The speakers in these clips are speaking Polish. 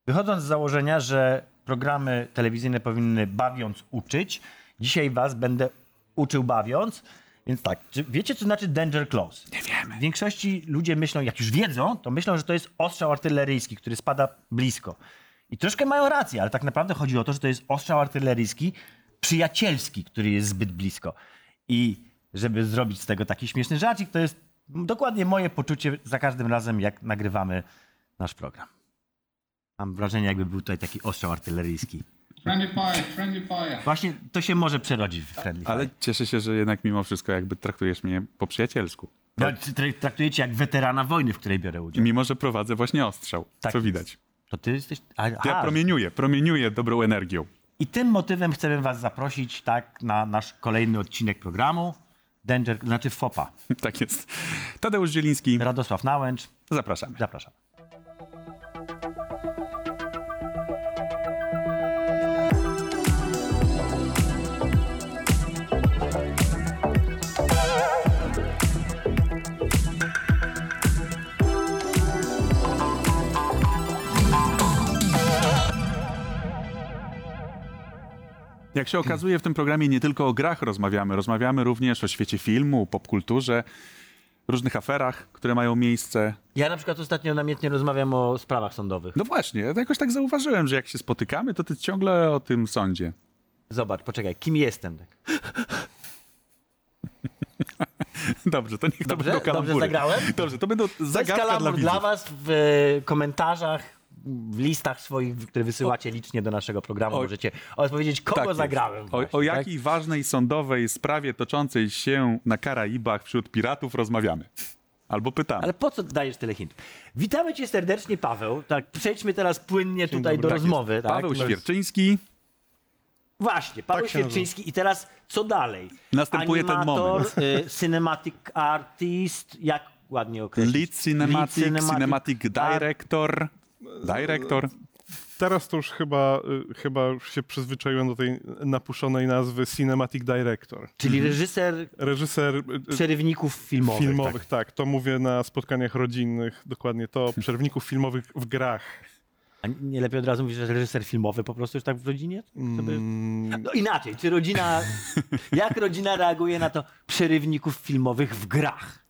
Wychodząc z założenia, że programy telewizyjne powinny bawiąc uczyć, dzisiaj was będę uczył bawiąc. Więc tak, czy wiecie, co znaczy danger close? Nie wiemy. W większości ludzie myślą, jak już wiedzą, to myślą, że to jest ostrzał artyleryjski, który spada blisko. I troszkę mają rację, ale tak naprawdę chodzi o to, że to jest ostrzał artyleryjski przyjacielski, który jest zbyt blisko. I żeby zrobić z tego taki śmieszny żarcik, to jest dokładnie moje poczucie za każdym razem, jak nagrywamy nasz program. Mam wrażenie, jakby był tutaj taki ostrzał artyleryjski. Friendly fire. Właśnie to się może przerodzić w friendly fire. Ale cieszę się, że jednak mimo wszystko jakby traktujesz mnie po przyjacielsku. No, traktujecie jak weterana wojny, w której biorę udział. Mimo, że prowadzę właśnie ostrzał, Tak co jest. widać. To ty jesteś... Ja promieniuję dobrą energią. I tym motywem chcemy was zaprosić tak na nasz kolejny odcinek programu. Znaczy FOPA. Tak jest. Tadeusz Zieliński, Radosław Nałęcz. zapraszamy. Zapraszam. Jak się okazuje, w tym programie nie tylko o grach rozmawiamy również o świecie filmu, popkulturze, różnych aferach, które mają miejsce. Ja na przykład ostatnio namiętnie rozmawiam o sprawach sądowych. No właśnie, ja jakoś tak zauważyłem, że jak się spotykamy, to ty ciągle o tym sądzie. Zobacz, poczekaj, kim jestem? Tak. Dobrze, to niech to Dobrze? będą kalambury. Dobrze zagrałem? Dobrze, to będą To jest zagadka dla kalambur widzów. dla was w komentarzach, w listach swoich, które wysyłacie licznie do naszego programu. Możecie odpowiedzieć, kogo Tak jest. zagrałem. O właśnie, tak? jakiej ważnej sądowej sprawie toczącej się na Karaibach wśród piratów rozmawiamy? Albo pytamy. Ale po co dajesz tyle hint? Witamy cię serdecznie, Paweł. Tak, przejdźmy teraz płynnie tutaj do Tak rozmowy. jest. Tak? Paweł Świerczyński. Właśnie, Paweł Tak się Świerczyński. I teraz co dalej? Następuje ten Animator, moment. cinematic artist, jak ładnie określić? Lead cinematic director. Teraz to już chyba już się przyzwyczaiłem do tej napuszonej nazwy Cinematic Director. Czyli reżyser przerywników filmowych. Tak. To mówię na spotkaniach rodzinnych, dokładnie to. Przerywników filmowych w grach. A nie lepiej od razu mówić, że reżyser filmowy po prostu już tak w rodzinie? No inaczej, czy rodzina... Jak rodzina reaguje na to przerywników filmowych w grach?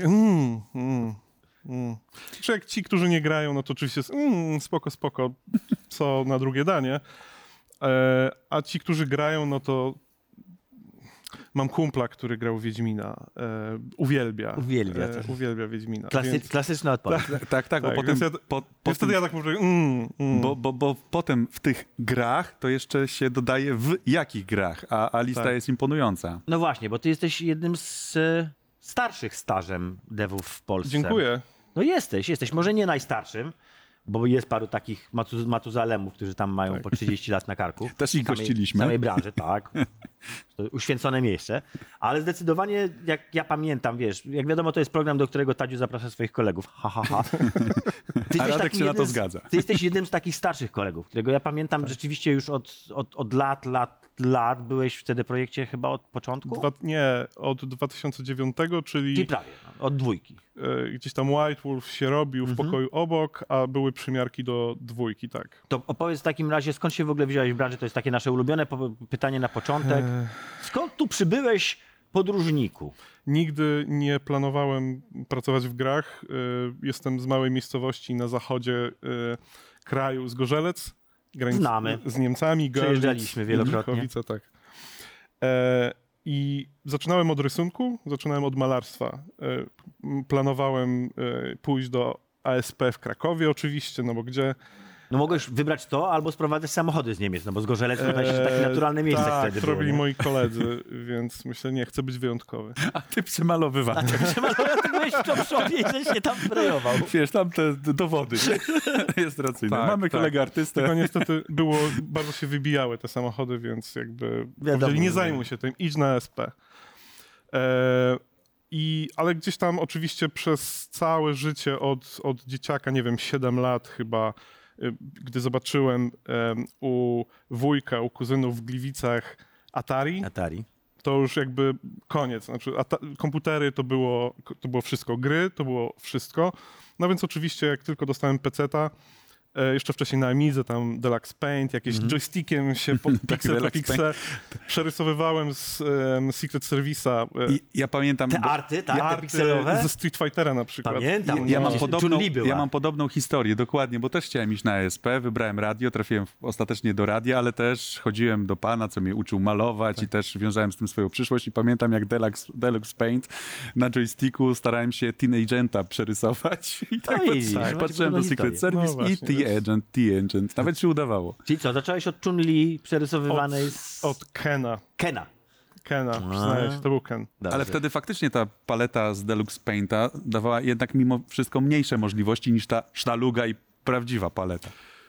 Czy jak ci, którzy nie grają, no to oczywiście jest spoko, co na drugie danie. A ci, którzy grają, no to mam kumpla, który grał w Wiedźmina. Uwielbia Wiedźmina. Klasyczna odpowiedź. Tak, bo potem... Więc wtedy ja tak mówię, Bo potem w tych grach to jeszcze się dodaje w jakich grach, a lista Tak. jest imponująca. No właśnie, bo ty jesteś jednym z starszych stażem devów w Polsce. Dziękuję. No jesteś. Może nie najstarszym, bo jest paru takich Matuzalemów, którzy tam mają po 30 lat na karku. Też ich gościliśmy. W samej branży, tak. To uświęcone miejsce. Ale zdecydowanie, jak ja pamiętam, wiesz, jak wiadomo, to jest program, do którego Tadziu zaprasza swoich kolegów. Ty A Radek się na to jednym zgadza. Ty jesteś jednym z takich starszych kolegów, którego ja pamiętam rzeczywiście już od lat. Byłeś w CD Projekcie chyba od początku? Od 2009, Czyli prawie, od dwójki. Gdzieś tam White Wolf się robił w pokoju obok, a były przymiarki do dwójki, tak. To opowiedz w takim razie, skąd się w ogóle wziąłeś w branży? To jest takie nasze ulubione pytanie na początek. Skąd tu przybyłeś, podróżniku? Nigdy nie planowałem pracować w grach. Jestem z małej miejscowości na zachodzie kraju, z Gorzelec. Znamy. Z Niemcami. Przejeżdżaliśmy wielokrotnie. Mikowice, tak. I zaczynałem od rysunku, zaczynałem od malarstwa. Planowałem pójść do ASP w Krakowie oczywiście, no bo gdzie... No mogłeś wybrać to, albo sprowadzać samochody z Niemiec, no bo z Gorzelec to jest takie naturalne miejsce tak, wtedy to było. robili Nie? moi koledzy, więc myślę, nie, chcę być wyjątkowy. A ty przemalowywany. Ty byłeś w Czopszowie i żeś się tam frejował. Wiesz, tam te dowody rejestracyjne. Tak, Mamy tak. kolegę artystę. Tylko niestety bardzo się wybijały te samochody, więc jakby Wiadomo, nie że- zajmuj się tym, idź na SP. Ale gdzieś tam oczywiście przez całe życie od dzieciaka, nie wiem, 7 lat chyba, gdy zobaczyłem u wujka, u kuzynów w Gliwicach Atari, to już jakby koniec. Znaczy, komputery to było wszystko, gry to było wszystko. No więc oczywiście jak tylko dostałem peceta, jeszcze wcześniej na Amidze, tam Deluxe Paint, jakieś joystickiem się piksel po Deluxe piksel przerysowywałem z Secret Service'a I ja pamiętam... Te arty, tak? Te arty pikselowe? ze Street Fightera na przykład. Pamiętam. Ja mam, No. podobną, Chun-Li była. ja mam podobną historię, dokładnie, bo też chciałem iść na ASP, wybrałem radio, trafiłem ostatecznie do radia, ale też chodziłem do pana, co mnie uczył malować i też wiązałem z tym swoją przyszłość i pamiętam, jak Deluxe Paint na joysticku starałem się Teen Agenta przerysować i tak, No i macie patrzyłem do podobną Secret historię. Service No i właśnie, T-Agent. Nawet się udawało. Czyli co, zacząłeś od Chun-Li przerysowywanej z Od Kena. Kena. Przyznaję się, to był Ken. Dobrze. Ale wtedy faktycznie ta paleta z Deluxe Painta dawała jednak mimo wszystko mniejsze możliwości niż ta sztaluga i prawdziwa paleta.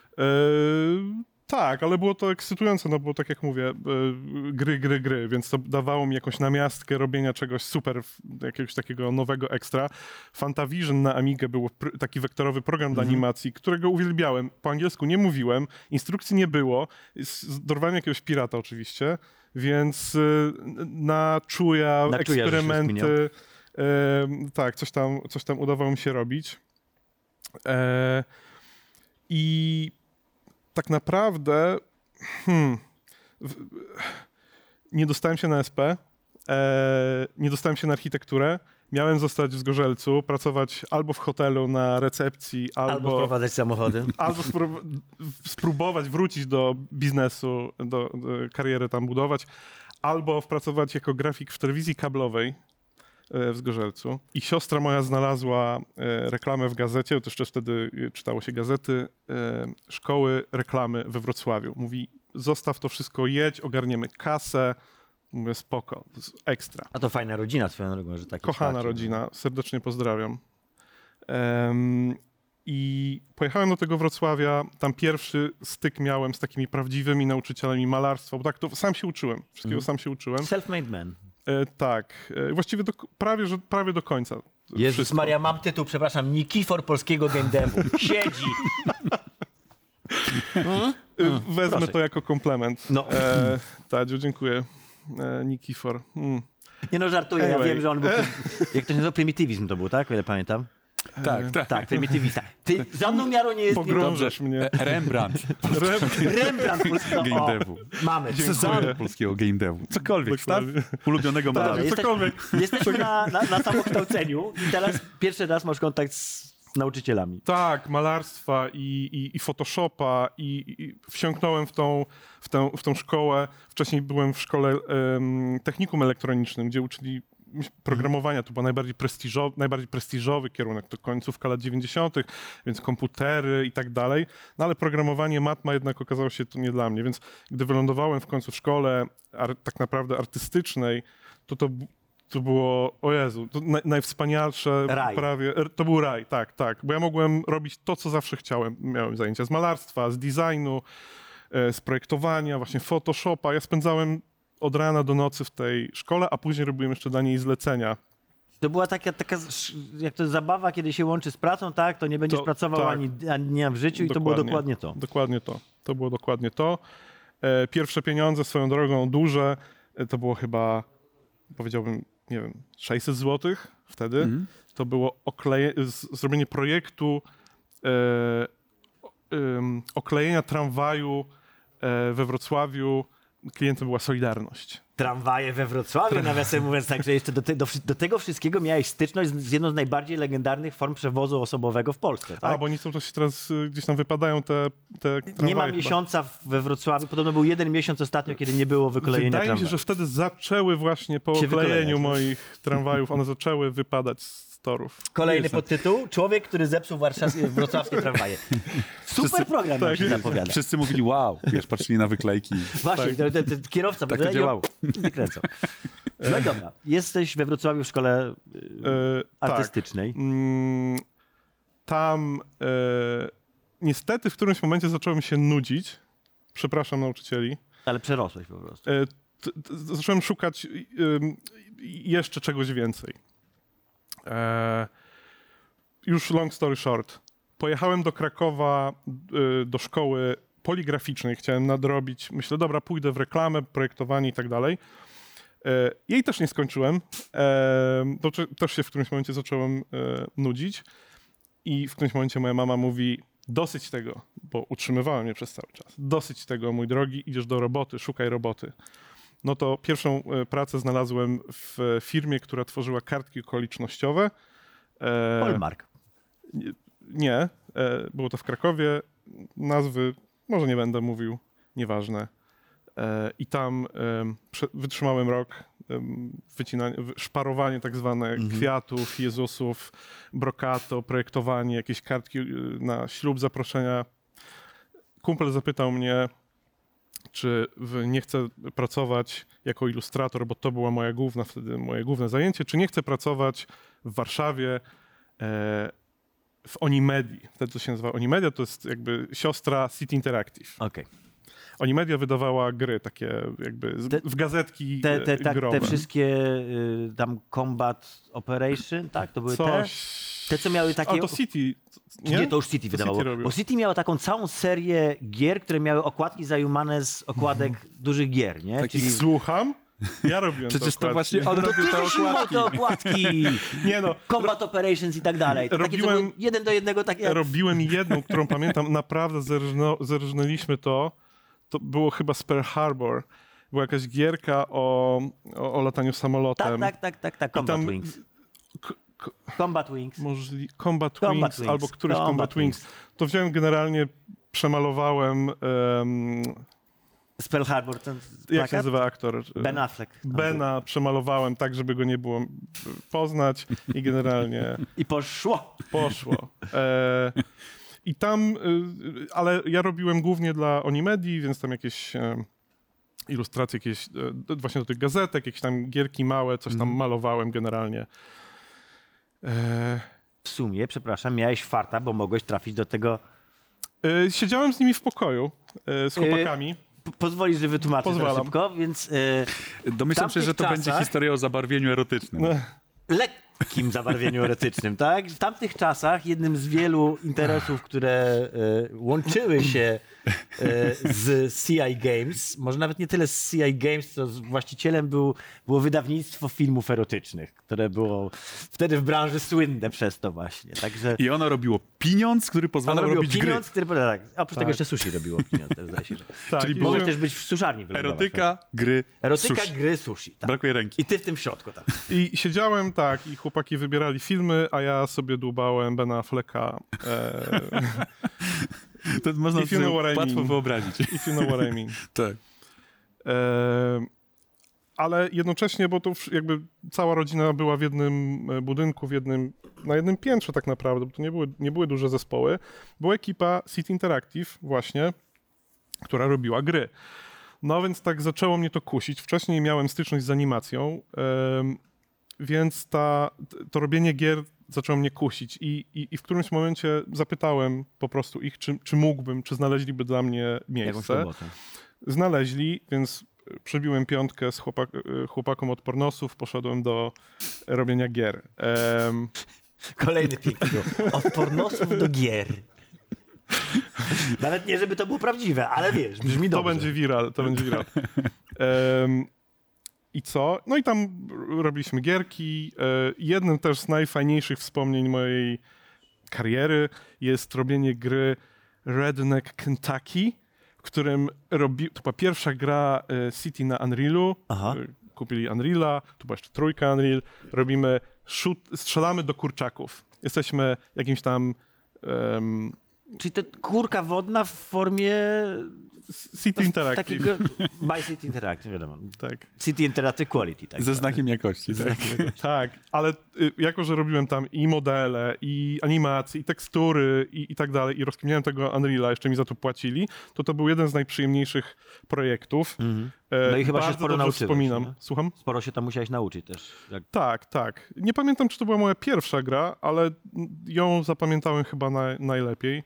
Tak, ale było to ekscytujące, no bo tak jak mówię, gry, więc to dawało mi jakąś namiastkę robienia czegoś super, jakiegoś takiego nowego ekstra. Fantavision na Amigę był taki wektorowy program do animacji, którego uwielbiałem. Po angielsku nie mówiłem, instrukcji nie było, dorwałem jakiegoś pirata oczywiście, więc na czuja, Na czuja, żeś eksperymenty, tak, coś tam udawało mi się robić. I tak naprawdę nie dostałem się na SP, nie dostałem się na architekturę. Miałem zostać w Zgorzelcu, pracować albo w hotelu na recepcji, Albo sprowadzać samochody. albo spróbować wrócić do biznesu, do kariery tam budować, albo pracować jako grafik w telewizji kablowej w Zgorzelcu. I siostra moja znalazła reklamę w gazecie, to jeszcze wtedy czytało się gazety, szkoły reklamy we Wrocławiu. Mówi, zostaw to wszystko, jedź, ogarniemy kasę. Mówię, spoko, ekstra. A to fajna rodzina swoją drogą, że tak. Kochana rodzina, serdecznie pozdrawiam. I pojechałem do tego Wrocławia, tam pierwszy styk miałem z takimi prawdziwymi nauczycielami malarstwa, bo tak to sam się uczyłem, wszystkiego sam się uczyłem. Self-made man. Tak, właściwie prawie do końca. Jezus Wszystko. Maria, mam tytuł, przepraszam, Nikifor polskiego game devu. Siedzi. Wezmę proszę. to jako komplement. No. Tadziu, dziękuję. Nikifor. Nie no, żartuję, ja Anyway. wiem, że on był, jak to się nazywa, prymitywizm to był, tak? O ile pamiętam. Tak. Tak, prymitywista. Ty za mną miarą nie jest... Pogrążasz mnie. Rembrandt Rembrandt polskiego... game devu. Mamy. Cezar polskiego game devu. Cokolwiek, staw Dokładnie. ulubionego Dobra, malarza. jesteśmy na samokształceniu i teraz pierwszy raz masz kontakt z nauczycielami. Tak, malarstwa i Photoshopa i wsiąknąłem w tą szkołę. Wcześniej byłem w szkole technikum elektronicznym, gdzie uczyli programowania. To był najbardziej prestiżowy kierunek, to końcówka lat 90., więc komputery i tak dalej. No ale programowanie, matma jednak okazało się to nie dla mnie, więc gdy wylądowałem w końcu w szkole tak naprawdę artystycznej, to było, o Jezu, to najwspanialsze Raj. prawie, to był raj, tak, bo ja mogłem robić to, co zawsze chciałem. Miałem zajęcia z malarstwa, z designu, z projektowania, właśnie Photoshopa. Ja spędzałem od rana do nocy w tej szkole, a później robiłem jeszcze dla niej zlecenia. To była taka jak to zabawa, kiedy się łączy z pracą, tak? To nie będziesz To- pracował tak. ani dnia w życiu i to było dokładnie to. Dokładnie to. To było dokładnie to. Pierwsze pieniądze swoją drogą duże, to było chyba, powiedziałbym, nie wiem, 600 zł wtedy. To było zrobienie projektu oklejenia tramwaju we Wrocławiu. Klientem była Solidarność. Tramwaje we Wrocławiu, nawiasem mówiąc, także jeszcze do tego wszystkiego miałeś styczność z jedną z najbardziej legendarnych form przewozu osobowego w Polsce, tak? A, bo oni są też teraz, gdzieś tam wypadają te tramwaje. Nie ma chyba. miesiąca we Wrocławiu, podobno był jeden miesiąc ostatnio, kiedy nie było wykolejenia Wydaje mi się, tramwaju. że wtedy zaczęły właśnie po Się oklejeniu wykolejać. moich tramwajów, one zaczęły wypadać z torów. Kolejny podtytuł, człowiek, który zepsuł wrocławskie tramwaje. Super program nam się zapowiada. Wszyscy mówili wow, wiesz, patrzyli na wyklejki. Właśnie, ten kierowca Tak to działało. nie kręcą. No i dobra, jesteś we Wrocławiu w szkole artystycznej. Tak. Tam niestety w którymś momencie zacząłem się nudzić. Przepraszam nauczycieli. Ale przerosłeś po prostu. Zacząłem szukać jeszcze czegoś więcej. Już long story short. Pojechałem do Krakowa do szkoły poligraficznej. Chciałem nadrobić. Myślę, dobra, pójdę w reklamę, projektowanie i tak dalej. Jej też nie skończyłem. Też się w którymś momencie zacząłem nudzić. I w którymś momencie moja mama mówi, dosyć tego, bo utrzymywałem je przez cały czas. Dosyć tego, mój drogi, idziesz do roboty, szukaj roboty. No to pierwszą pracę znalazłem w firmie, która tworzyła kartki okolicznościowe. Hallmark. Nie, było to w Krakowie. Nazwy może nie będę mówił, nieważne. I tam wytrzymałem rok, szparowanie tak zwane kwiatów, Jezusów, brokato, projektowanie, jakieś kartki na ślub, zaproszenia. Kumpel zapytał mnie, czy nie chcę pracować jako ilustrator, bo to była wtedy moje główne zajęcie, czy nie chcę pracować w Warszawie w Onimedii. Wtedy to się nazywa Onimedia, to jest jakby siostra City Interactive. Okej. Onimedia wydawała gry takie jakby w gazetki growe. Te wszystkie tam Combat Operation, tak? To były te, co miały takie... A to City, Nie, to już City wydawało. City robiło. Bo City miało taką całą serię gier, które miały okładki zajumane z okładek dużych gier, nie? I słucham? Ja robiłem Przecież to okładki. właśnie on robił te okładki. te okładki! Nie no, Combat Operations i tak dalej. To takie, co Robiłem- były 1 do 1 takie... jak- robiłem jedną, którą pamiętam, naprawdę zerżnęliśmy to. To było chyba z Pearl Harbor. Była jakaś gierka o lataniu samolotem. Tak. Combat tam- Wings. K- Combat Wings. Combat Combat Wings Wings. albo któryś Combat Combat Wings. To wziąłem generalnie, przemalowałem, Z Pearl Harbor. Ten jak się plakat? nazywa aktor? Ben Affleck. Bena przemalowałem tak, żeby go nie było poznać i generalnie I poszło. poszło. I tam, ale ja robiłem głównie dla Onimedii, więc tam jakieś ilustracje, jakieś właśnie do tych gazetek, jakieś tam gierki małe, coś tam malowałem generalnie. W sumie, przepraszam, miałeś farta, bo mogłeś trafić do tego... Siedziałem z nimi w pokoju, z chłopakami. Pozwolisz, że wytłumaczę to Pozwalam. szybko, więc Domyślam się, że to tamtych będzie czasach- historia o zabarwieniu erotycznym. lekkim zabarwieniu erotycznym, tak? W tamtych czasach jednym z wielu interesów, które łączyły się z CI Games, może nawet nie tyle z CI Games, co z właścicielem było wydawnictwo filmów erotycznych, które było wtedy w branży słynne przez to właśnie. Także I ono robiło pieniądz, który ono pozwalał robiło robić pieniądz, który... Tak, oprócz tego Tak. jeszcze sushi robiło pieniądz, też zdaje się. Że... Tak, czyli i było- Mogłeś wziąłem- też być w suszarni gry. wylądować. Erotyka, gry, Erotyka, sushi. gry, sushi. Tak. Brakuje ręki. I ty w tym środku. Tak. I siedziałem tak, i chłopaki wybierali filmy, a ja sobie dłubałem Bena Afflecka. To można If you know sobie what I łatwo mean. wyobrazić. If you know what I mean. Tak. Ale jednocześnie, bo to jakby cała rodzina była w jednym budynku, na jednym piętrze tak naprawdę, bo to nie były duże zespoły. Była ekipa City Interactive właśnie, która robiła gry. No więc tak zaczęło mnie to kusić. Wcześniej miałem styczność z animacją, więc to robienie gier zaczęło mnie kusić i w którymś momencie zapytałem po prostu ich, czy mógłbym, czy znaleźliby dla mnie Jakąś miejsce. robotę. Znaleźli, więc przybiłem piątkę z chłopakom od pornosów, poszedłem do robienia gier. Kolejny piękny. Od pornosów do gier. Nawet nie, żeby to było prawdziwe, ale wiesz, brzmi To dobrze. będzie viral, to będzie viral. I co? No i tam robiliśmy gierki. Jednym też z najfajniejszych wspomnień mojej kariery jest robienie gry Redneck Kentucky, w którym to była pierwsza gra City na Unrealu. Aha. Kupili Unreala, tu była jeszcze trójka Unreal. Robimy strzelamy do kurczaków. Jesteśmy jakimś tam Czyli to kurka wodna w formie City Interactive. takiego... By City Interactive, wiadomo. Tak. City Interactive Quality. Tak. Ze znakiem jakości. Tak? Tak, ale jako, że robiłem tam i modele, i animacje, i tekstury, i tak dalej, i rozkminiałem tego Unreala, jeszcze mi za to płacili, to był jeden z najprzyjemniejszych projektów. No i chyba się Bardzo sporo dobrze nauczyłeś, wspominam. nie? Słucham? Sporo się tam musiałeś nauczyć też. Tak. Nie pamiętam, czy to była moja pierwsza gra, ale ją zapamiętałem chyba najlepiej.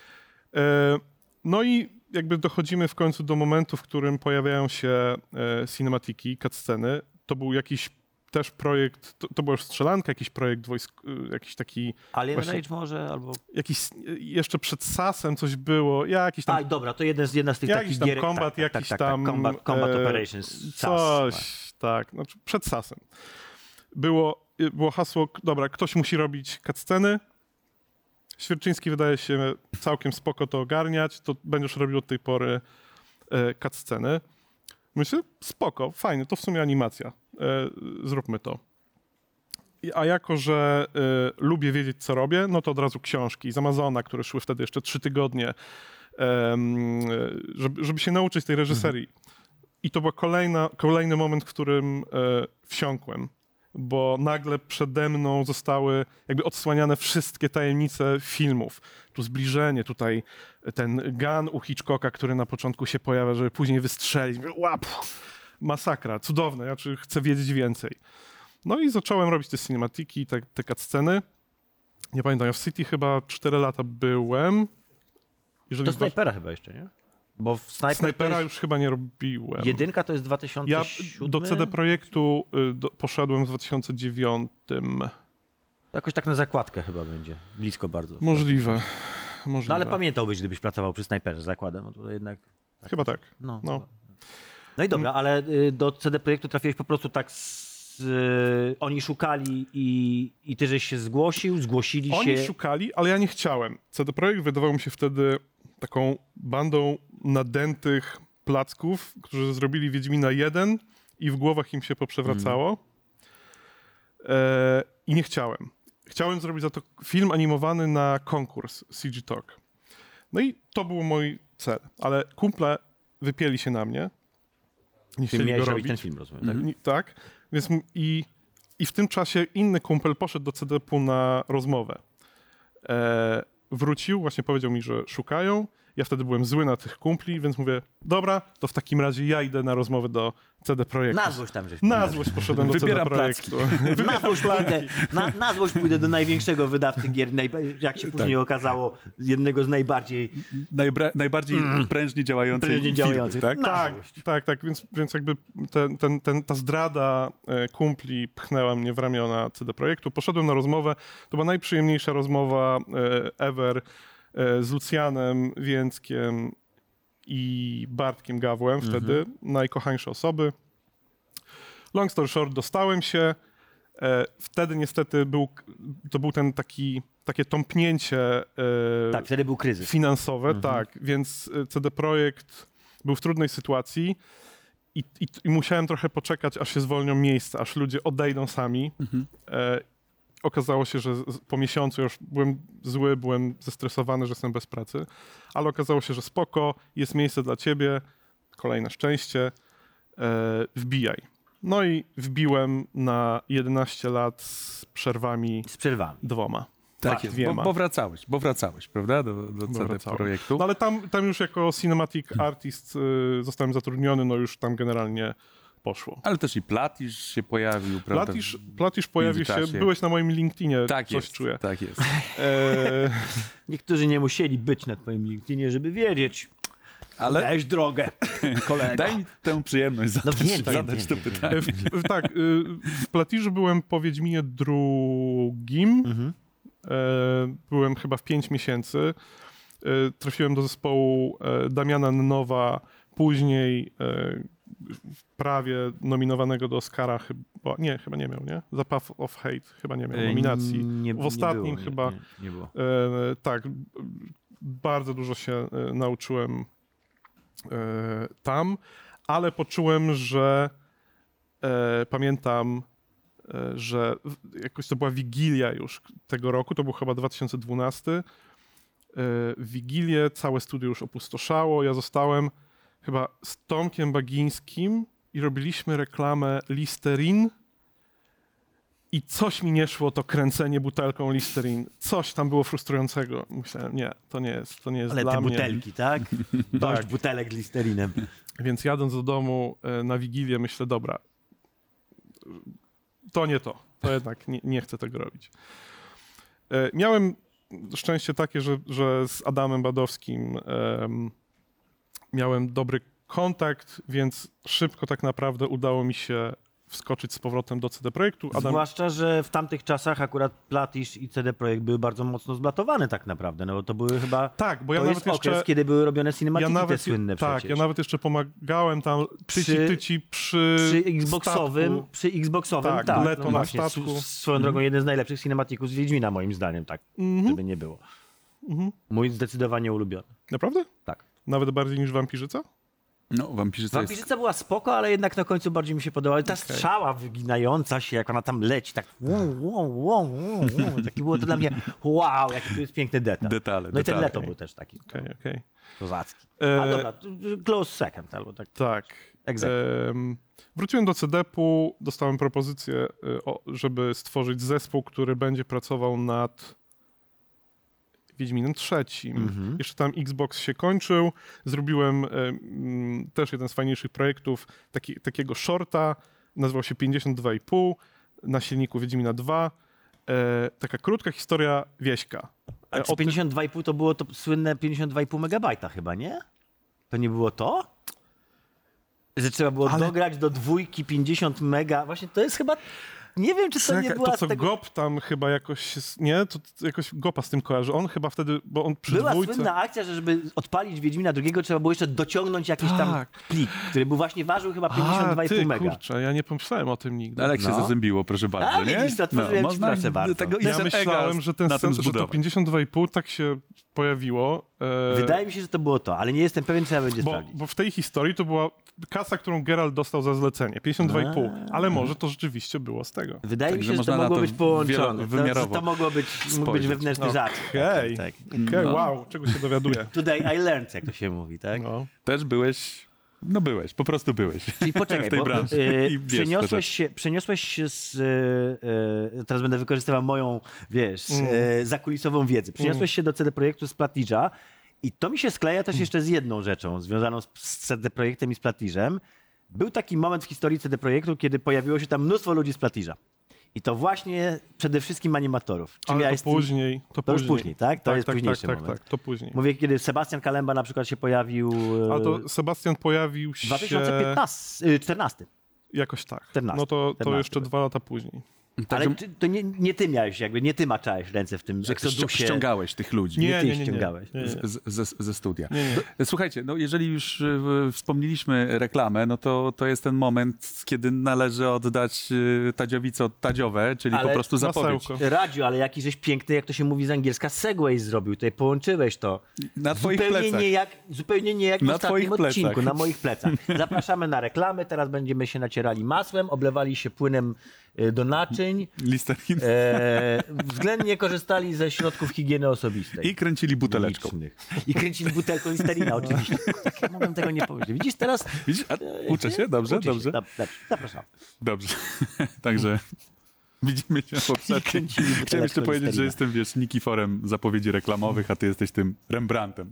No i jakby dochodzimy w końcu do momentu, w którym pojawiają się cinematiki, cutsceny. To był jakiś też projekt, to była już strzelanka, jakiś projekt jakiś taki... Alien Właśnie- Rage może, albo... Jakiś, jeszcze przed SAS-em coś było, jakiś tam... A, dobra, to jedna z tych Jakiś takich tam gier... combat, jakiś tam... Combat Operations. Coś, SAS. tak, znaczy przed SAS-em. Było hasło, dobra, ktoś musi robić cutsceny, Świerczyński wydaje się całkiem spoko to ogarniać, to będziesz robił od tej pory cutsceny. Myślę, spoko, fajnie, to w sumie animacja. Zróbmy to. A jako, że lubię wiedzieć, co robię, no to od razu książki z Amazona, które szły wtedy jeszcze 3 tygodnie, żeby się nauczyć tej reżyserii. I to był kolejny moment, w którym wsiąkłem, bo nagle przede mną zostały jakby odsłaniane wszystkie tajemnice filmów. Tu zbliżenie, tutaj ten gun u Hitchcocka, który na początku się pojawia, żeby później wystrzelić. Łap! Masakra, cudowne, ja chcę wiedzieć więcej. No i zacząłem robić te cinematiki, te cutsceny. Nie pamiętam, ja w City chyba 4 lata byłem. To Snajpera chyba jeszcze, nie? Bo w Snajpera już chyba nie robiłem. Jedynka to jest 2007? Ja do CD Projektu poszedłem w 2009. Jakoś tak na zakładkę chyba będzie. Blisko bardzo. Możliwe. No ale pamiętałbyś, gdybyś pracował przy Snajperze, zakładam. No to jednak... Chyba tak. No i dobra, ale do CD Projektu trafiłeś po prostu tak oni szukali i ty żeś się zgłosili się... Oni szukali, ale ja nie chciałem. CD Projekt wydawał mi się wtedy taką bandą nadętych placków, którzy zrobili Wiedźmina 1 i w głowach im się poprzewracało. I nie chciałem. Chciałem zrobić za to film animowany na konkurs CG Talk. No i to był mój cel, ale kumple wypieli się na mnie. Nie Ty chcieli miałeś go robić robić. ten film, rozumiem, tak? Tak, więc i w tym czasie inny kumpel poszedł do CDP-u na rozmowę. Wrócił, właśnie powiedział mi, że szukają. Ja wtedy byłem zły na tych kumpli, więc mówię, dobra, to w takim razie ja idę na rozmowę do CD Projektu. Na złość tam żeś Na złość poszedłem do CD Wybieram Projektu. Na złość pójdę do największego wydawcy gier, jak się później okazało, jednego z najbardziej Najbardziej prężnie działającej firmy, tak? Tak, więc jakby ta zdrada kumpli pchnęła mnie w ramiona CD Projektu. Poszedłem na rozmowę, to była najprzyjemniejsza rozmowa ever z Lucjanem Więckiem i Bartkiem Gawłem, wtedy najkochańsze osoby. Long story short, dostałem się. Wtedy niestety to był takie tąpnięcie Tak, wtedy był kryzys. finansowe, tak, więc CD Projekt był w trudnej sytuacji i musiałem trochę poczekać, aż się zwolnią miejsca, aż ludzie odejdą sami. Okazało się, że po miesiącu już byłem zły, byłem zestresowany, że jestem bez pracy, ale okazało się, że spoko, jest miejsce dla ciebie, kolejne szczęście, wbijaj. No i wbiłem na 11 lat z przerwami Z przerwami. 2. Tak jest, bo wracałeś, prawda, do CD Projektu. No ale tam już jako cinematic artist zostałem zatrudniony, no już tam generalnie poszło. Ale też i Platisz się pojawił, prawda? Platisz pojawił się, byłeś na moim LinkedInie, Tak coś jest, czuję. tak jest. Niektórzy nie musieli być na twoim LinkedInie, żeby wiedzieć. Ale Dajesz drogę, kolego. daj mi tę przyjemność zadać to pytanie. W Platirzu byłem po Wiedźminie 2. Byłem chyba w 5 miesięcy. Trafiłem do zespołu Damiana Nnowa, później prawie nominowanego do Oscara, chyba nie miał, nie? Za Path of Hate chyba nie miał nominacji. W ostatnim chyba. Nie było. Tak, bardzo dużo się nauczyłem tam, ale poczułem, że pamiętam, że jakoś to była Wigilia już tego roku, to był chyba 2012. Wigilię, całe studio już opustoszało, ja zostałem chyba z Tomkiem Bagińskim i robiliśmy reklamę Listerin i coś mi nie szło, to kręcenie butelką Listerin. Coś tam było frustrującego. Myślałem, nie, to nie jest Ale dla te mnie. butelki, tak? Dość butelek z Listerinem. Więc jadąc do domu na Wigilię myślę, dobra, to nie to. To jednak nie chcę tego robić. Miałem szczęście takie, że z Adamem Badowskim miałem dobry kontakt, więc szybko tak naprawdę udało mi się wskoczyć z powrotem do CD Projektu. Zwłaszcza, że w tamtych czasach akurat Platisz i CD Projekt były bardzo mocno zblatowane tak naprawdę, no bo to były chyba... Tak, bo ja to nawet jest okres, kiedy były robione cinematiki te słynne tak, przecież. ja nawet jeszcze pomagałem tam tyci przy Xboxowym, Tak, Leto no na właśnie, statku. swoją drogą jeden z najlepszych cinematików z Wiedźmina moim zdaniem, tak, żeby nie było. Mój zdecydowanie ulubiony. Naprawdę? Tak. Nawet bardziej niż Wampirzyca? No, Wampirzyca jest... Wampirzyca była spoko, ale jednak na końcu bardziej mi się podobała. Ta strzała wyginająca się, jak ona tam leci, tak taki było to dla mnie wow, jaki to jest piękny detal. Detale, No i ten detale. Leto był też taki Okej. kozacki. A dobra, close second albo tak. Tak. Exactly. Wróciłem do CDP-u, dostałem propozycję, żeby stworzyć zespół, który będzie pracował nad Wiedźminem III. Jeszcze tam Xbox się kończył. Zrobiłem też jeden z fajniejszych projektów, takiego shorta, nazywał się 52,5 na silniku Wiedźmina 2. Taka krótka historia wieśka. A czy 52,5 to było to słynne 52,5 megabajta chyba, nie? To nie było to? Że trzeba było dograć do 2 50 mega. Właśnie to jest chyba... Nie wiem, czy to nie była to, co z tego... GOP tam chyba jakoś... Nie? To jakoś GOPa z tym kojarzy. On chyba wtedy, bo on przy Była dwójce... słynna akcja, że żeby odpalić Wiedźmina II, trzeba było jeszcze dociągnąć jakiś tam Tak. plik, który był właśnie ważył chyba 52,5 mega. Kurczę, ja nie pomyślałem o tym nigdy. Ale jak się No. zazębiło, proszę bardzo, A, nie? widzisz, to otworzyłem ci, proszę bardzo. Tego Ja jeszcze myślałem, że, na tym że to zbudować. 52,5 tak się pojawiło. Wydaje mi się, że to było to, ale nie jestem pewien, trzeba będzie sprawdzić. Bo w tej historii to była kasa, którą Geralt dostał za zlecenie. 52,5. Ale może to rzeczywiście było z tego. Wydaje mi Także się, że to można na mogło to być połączone. wielowymiarowo To mogło być, mógł być spojrzeć. wewnętrzny żart. Okej, Tak. wow, czego się dowiaduję. Today I learned, jak to się mówi, tak? No. Też byłeś, no byłeś, po prostu byłeś. Czyli poczekaj, w tej bo branży. I wiesz, przeniosłeś się z... teraz będę wykorzystywał moją, wiesz, zakulisową wiedzę. Przeniosłeś się do CD Projektu z Platidża i to mi się skleja też jeszcze z jedną rzeczą związaną z CD Projektem i z Platidżem. Był taki moment w historii CD Projektu, kiedy pojawiło się tam mnóstwo ludzi z Platidża. I to właśnie przede wszystkim animatorów. Czy Ale miałeś to później. To już później, tak? To jest późniejszy moment. Tak, to później. Mówię, kiedy Sebastian Kalemba na przykład się pojawił... Ale to Sebastian pojawił się... 2014. Jakoś tak. 14, No to 14 jeszcze 2 lata później. Ale to nie ty miałeś, jakby nie ty maczałeś ręce w tym eksodusie. Ściągałeś tych ludzi. Nie ściągałeś. Ze studia. Nie. Słuchajcie, no jeżeli już wspomnieliśmy reklamę, no to jest ten moment, kiedy należy oddać Tadziowico Tadziowe, czyli Ale po prostu zapowiedź. masełko. Radziu, ale jakiś żeś piękny, jak to się mówi z angielska, segway zrobił. Tutaj połączyłeś to. Na twoich plecach. Zupełnie nie jak w Na ostatnim twoich plecach. odcinku, na moich plecach. Zapraszamy na reklamy, teraz będziemy się nacierali masłem, oblewali się płynem do naczyń, Listerine. względnie korzystali ze środków higieny osobistej. I kręcili buteleczką. Licznych. I kręcili butelką listerina, oczywiście. Tak, ja mogłem tego nie powiedzieć. Widzisz, teraz... Widzisz? Uczę się? Dobrze, Uczy się. dobrze. Zapraszam. Dobrze. Także widzimy się po przerwie. kręcili buteleczką Chciałem jeszcze powiedzieć, że Listerina. jestem, wiesz, Nikiforem zapowiedzi reklamowych, a ty jesteś tym Rembrandtem.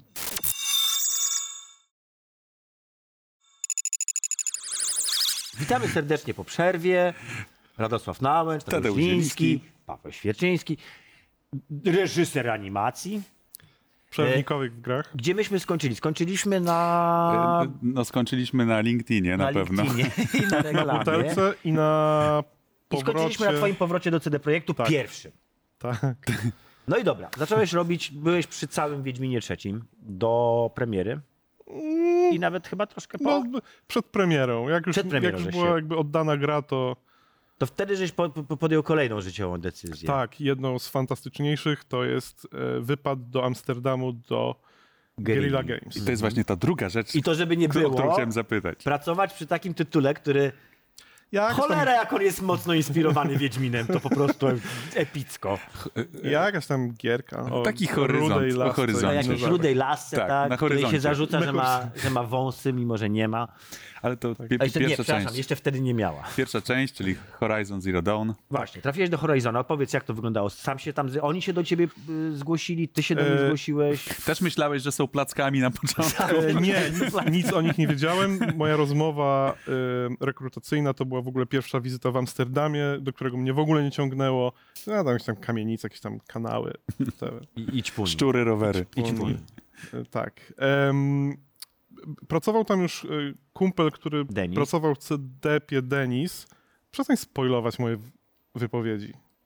Witamy serdecznie po przerwie. Radosław Nałęcz, Tadeusz Tadeusz Zieliński, Zieliński. Paweł Świerczyński, reżyser animacji. Przerwnikowych w grach. Gdzie myśmy skończyli? Skończyliśmy na No skończyliśmy na LinkedInie na pewno. LinkedInie i na reklamie. Butelce i na I skończyliśmy powrocie... na twoim powrocie do CD Projektu Tak. pierwszym. Tak. No i dobra, zacząłeś robić, byłeś przy całym Wiedźminie III do premiery i nawet chyba troszkę po... No, przed premierą. Jak już, Przed premierą, jak już że była się- jakby oddana gra, to To wtedy żeś podjął kolejną życiową decyzję. tak, jedną z fantastyczniejszych to jest wypad do Amsterdamu do Guerrilla Games. I to jest właśnie ta druga rzecz, I to żeby nie o którą było, chciałem zapytać. pracować przy takim tytule, który... Cholera, jak on jest mocno inspirowany Wiedźminem, to po prostu epicko. Jakaś tam gierka. O Taki horyzont, rudej o lasce. Na horyzoncie. jakiejś dinozaurach. rudej lasce, Tak, tak, na której się horyzoncie. zarzuca, że ma wąsy, mimo że nie ma. Ale to A jeszcze nie, pierwsza przepraszam, część. jeszcze wtedy nie miała. Pierwsza część, czyli Horizon Zero Dawn. Właśnie, trafiłeś do Horizona, opowiedz jak to wyglądało. Sam się tam, oni się do ciebie zgłosili, ty się do nich zgłosiłeś. Też myślałeś, że są plackami na początku. Nie, nic o nich nie wiedziałem. Moja rozmowa rekrutacyjna to była w ogóle pierwsza wizyta w Amsterdamie, do którego mnie w ogóle nie ciągnęło. No, tam jakieś tam kamienice, jakieś tam kanały. Te, I ćpuni. Szczury, rowery. tak. Pracował tam już kumpel, który Denis. pracował w CDP-ie, Denis. Przestań spoilować moje wypowiedzi.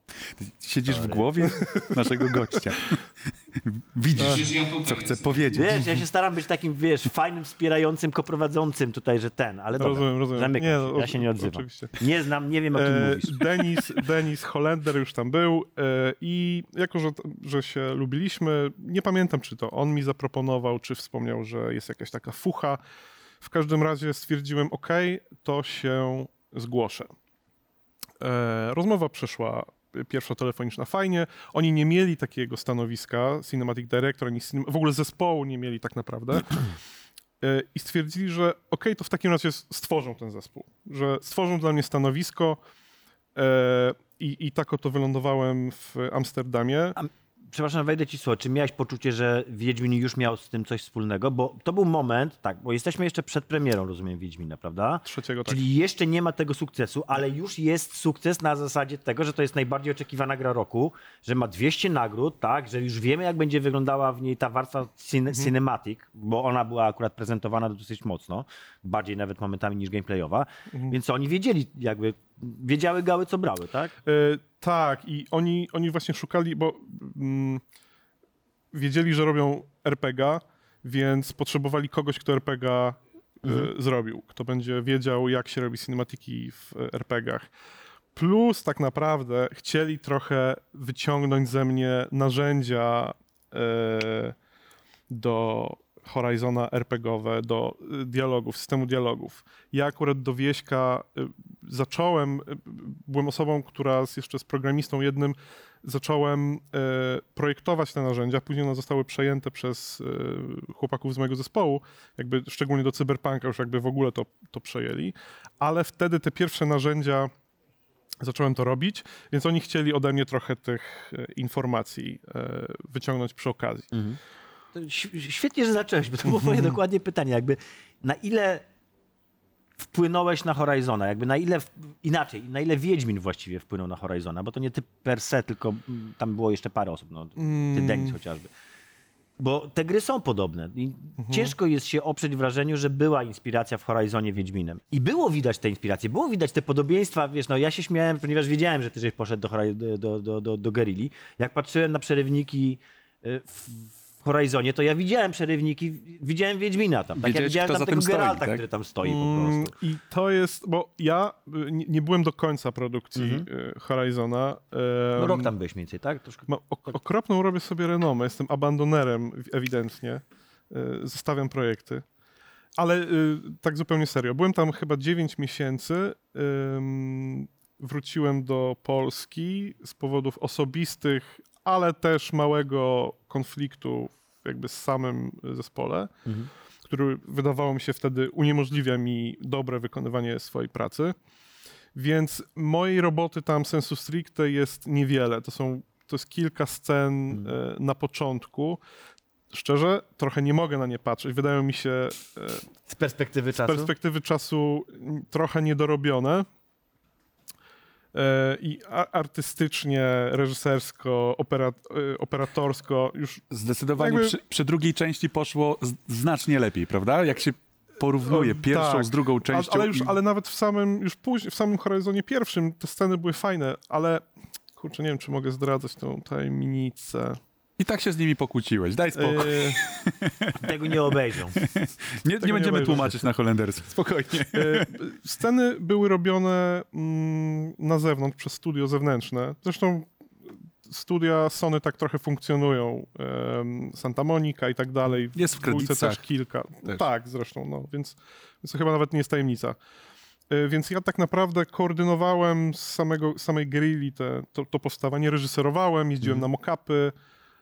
Siedzisz w głowie naszego gościa. Widzisz, Przecież ja tutaj co chce jestem. powiedzieć. Wiesz, ja się staram być takim, wiesz, fajnym, wspierającym, koprowadzącym tutaj, że ale dobra, Rozumiem. zamykam Nie, się, no, ja się nie odzywam. oczywiście. Nie znam, nie wiem, o kim mówisz. Denis Hollender już tam był i jako, że się lubiliśmy, nie pamiętam, czy to on mi zaproponował, czy wspomniał, że jest jakaś taka fucha. W każdym razie stwierdziłem, to się zgłoszę. Rozmowa przeszła pierwsza telefoniczna fajnie. Oni nie mieli takiego stanowiska, Cinematic Director, ani w ogóle zespołu nie mieli tak naprawdę. I stwierdzili, że to w takim razie stworzą ten zespół. Że stworzą dla mnie stanowisko i tak oto wylądowałem w Amsterdamie. Przepraszam, wejdę ci słowo. Czy miałeś poczucie, że Wiedźmin już miał z tym coś wspólnego? Bo to był moment, bo jesteśmy jeszcze przed premierą, rozumiem, Wiedźmina, prawda? Trzeciego, tak. Czyli jeszcze nie ma tego sukcesu, ale już jest sukces na zasadzie tego, że to jest najbardziej oczekiwana gra roku, że ma 200 nagród, tak, że już wiemy, jak będzie wyglądała w niej ta warstwa cinematic, bo ona była akurat prezentowana dosyć mocno, bardziej nawet momentami niż gameplayowa, więc oni wiedziały gały, co brały, tak? Tak, i oni właśnie szukali, bo wiedzieli, że robią RPG, więc potrzebowali kogoś, kto RPG zrobił, kto będzie wiedział, jak się robi cinematiki w RPG-ach. Plus tak naprawdę chcieli trochę wyciągnąć ze mnie narzędzia do Horizona RPG-owe, do dialogów, systemu dialogów. Ja akurat do Wieśka byłem osobą, która jeszcze z programistą jednym zacząłem projektować te narzędzia, później one zostały przejęte przez chłopaków z mojego zespołu, szczególnie do Cyberpunka już w ogóle to przejęli, ale wtedy te pierwsze narzędzia zacząłem to robić, więc oni chcieli ode mnie trochę tych informacji wyciągnąć przy okazji. To świetnie, że zacząłeś, bo to było moje dokładnie pytanie. Na ile wpłynąłeś na Horizona? Na ile Wiedźmin właściwie wpłynął na Horizona? Bo to nie ty per se, tylko tam było jeszcze parę osób. Ty, Denis chociażby. Bo te gry są podobne. I ciężko jest się oprzeć wrażeniu, że była inspiracja w Horizonie Wiedźminem. I było widać te inspiracje, było widać te podobieństwa. Wiesz, ja się śmiałem, ponieważ wiedziałem, że ty żeś poszedł do Guerrilli. Jak patrzyłem na przerywniki w Horizonie, to ja widziałem przerywniki, widziałem Wiedźmina tam. Tak? Ja widziałem kto tam za tego tym stoi, Geralta, tak? który tam stoi po prostu. I to jest, bo ja nie byłem do końca produkcji Horizona. No rok tam byłeś mniej więcej, tak? Troszkę. Okropną robię sobie renomę, jestem abandonerem ewidentnie, zostawiam projekty. Ale tak zupełnie serio, byłem tam chyba 9 miesięcy, wróciłem do Polski z powodów osobistych, ale też małego konfliktu z samym zespole, który wydawało mi się wtedy uniemożliwia mi dobre wykonywanie swojej pracy. Więc mojej roboty tam sensu stricte jest niewiele. To jest kilka scen na początku. Szczerze, trochę nie mogę na nie patrzeć. Wydają mi się Z perspektywy czasu trochę niedorobione. I artystycznie, reżysersko, operatorsko już... Zdecydowanie przy drugiej części poszło znacznie lepiej, prawda? Jak się porównuje pierwszą z drugą częścią. Ale nawet w samym Horizonie pierwszym te sceny były fajne, ale kurczę, nie wiem, czy mogę zdradzać tą tajemnicę. I tak się z nimi pokłóciłeś. Daj spokój. Tego nie obejrzą. Nie będziemy tłumaczyć na holenderskie. Spokojnie. Sceny były robione na zewnątrz, przez studio zewnętrzne. Zresztą studia Sony tak trochę funkcjonują. Santa Monica i tak dalej. Jest w kredytach. Też kilka. Też. Tak, zresztą. Więc to chyba nawet nie jest tajemnica. Więc ja tak naprawdę koordynowałem z samej Guerrilli to powstawanie, reżyserowałem, jeździłem na mock-upy,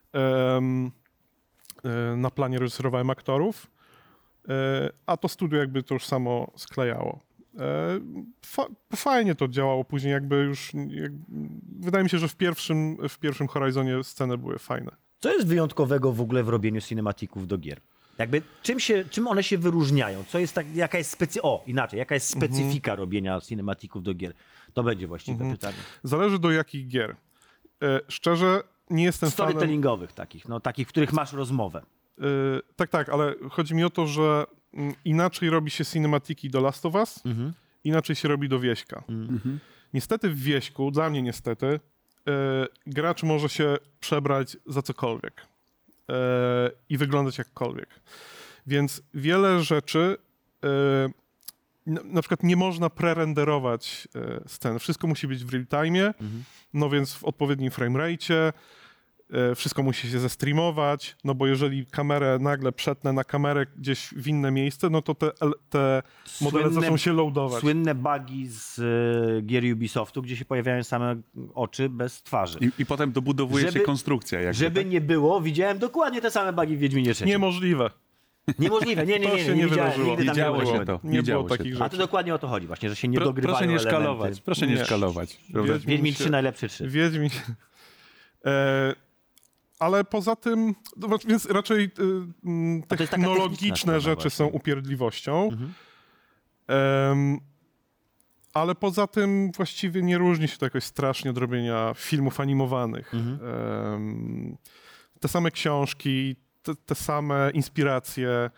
na planie reżyserowałem aktorów, a to studio to już samo sklejało. Fajnie to działało później, wydaje mi się, że w pierwszym Horizonie sceny były fajne. Co jest wyjątkowego w ogóle w robieniu cinematików do gier? Czym one się wyróżniają? Co jest jaka jest jaka jest specyfika robienia cinematików do gier? To będzie właściwe pytanie. Zależy do jakich gier. Szczerze, nie jestem fanem... Storytellingowych takich, takich, w których masz rozmowę. Tak, ale chodzi mi o to, że inaczej robi się cinematiki do Last of Us, inaczej się robi do Wieśka. Niestety w Wieśku, dla mnie niestety, gracz może się przebrać za cokolwiek i wyglądać jakkolwiek. Więc wiele rzeczy, na przykład nie można prerenderować scen. Wszystko musi być w real time, no więc w odpowiednim framerate. Wszystko musi się zestreamować, no bo jeżeli kamerę nagle przetnę na kamerę gdzieś w inne miejsce, no to te modele zaczną się loadować. Słynne bugi z gier Ubisoftu, gdzie się pojawiają same oczy bez twarzy. I potem dobudowuje się konstrukcja. Jakby, żeby tak? nie było, widziałem dokładnie te same bugi w Wiedźminie 3. Niemożliwe. Niemożliwe, nie To się nie widziałem, wydarzyło. nigdy tam Nie działo było. się to. Nie działo było się takich to. A to rzeczy. dokładnie o to chodzi właśnie, że się nie dogrywają Proszę nie elementy. szkalować. Proszę nie Nie. szkalować. Prawda? Wiedźmin 3 najlepszy 3. Wiedźmin. Ale poza tym, no, więc raczej to jest taka techniczna technologiczne sprawa rzeczy właśnie. są upierdliwością. Ale poza tym właściwie nie różni się to jakoś strasznie od robienia filmów animowanych. Te same książki, te same inspiracje.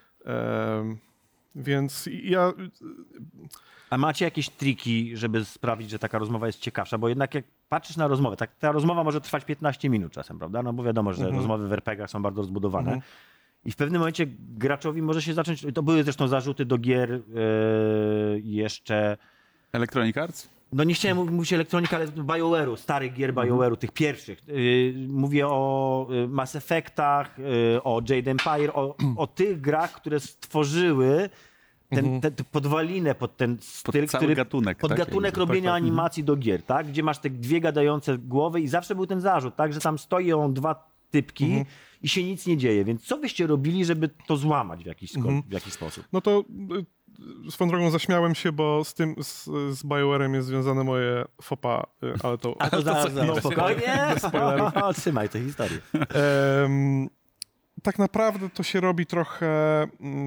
Więc ja... A macie jakieś triki, żeby sprawić, że taka rozmowa jest ciekawsza? Bo jednak jak patrzysz na rozmowę, ta rozmowa może trwać 15 minut czasem, prawda? No bo wiadomo, że rozmowy w RPG-ach są bardzo rozbudowane. I w pewnym momencie graczowi może się zacząć... To były zresztą zarzuty do gier jeszcze... Electronic Arts? No nie chciałem mówić Electronic, ale BioWare'u, starych gier BioWare'u, tych pierwszych. Mówię o Mass Effectach, o Jade Empire, o tych grach, które stworzyły tę podwalinę pod ten styl, cały gatunek, pod tak? gatunek robienia animacji do gier, tak? Gdzie masz te dwie gadające głowy i zawsze był ten zarzut, tak? Że tam stoją dwa typki i się nic nie dzieje. Więc co byście robili, żeby to złamać w jakiś sposób? No to swoją drogą zaśmiałem się, bo z BioWare'em jest związane moje faux pas, ale to... A to zaraz, no, spokojnie. spoilerów. Trzymaj tę historię. Tak naprawdę to się robi trochę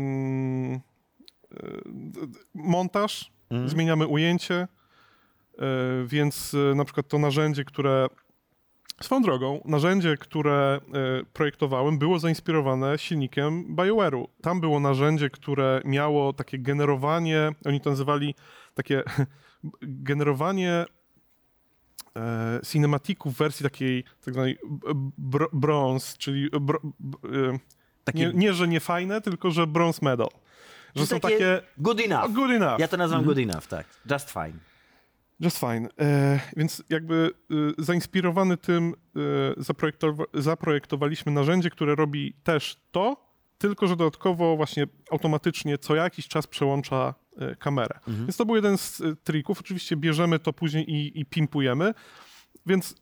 montaż, zmieniamy ujęcie, więc na przykład to narzędzie, które swoją drogą, narzędzie, które projektowałem, było zainspirowane silnikiem BioWare'u. Tam było narzędzie, które miało takie generowanie, oni to nazywali takie generowanie cinematików w wersji takiej tak zwanej bronze, czyli nie, że nie fajne, tylko że bronze medal. Że są takie good enough. good enough. Ja to nazywam good enough, tak. Just fine. Just fine. Więc jakby zainspirowany tym zaprojektowaliśmy narzędzie, które robi też to, tylko że dodatkowo właśnie automatycznie co jakiś czas przełącza kamerę. Więc to był jeden z trików. Oczywiście bierzemy to później i pimpujemy. Więc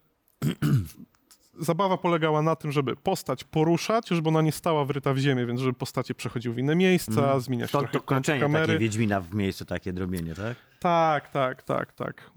zabawa polegała na tym, żeby postać poruszać, żeby ona nie stała wryta w ziemię, więc żeby postacie przechodziły w inne miejsca, zmieniać To trochę kończenie kamery. takie Wiedźmina w miejscu, takie drobienie, tak? Tak.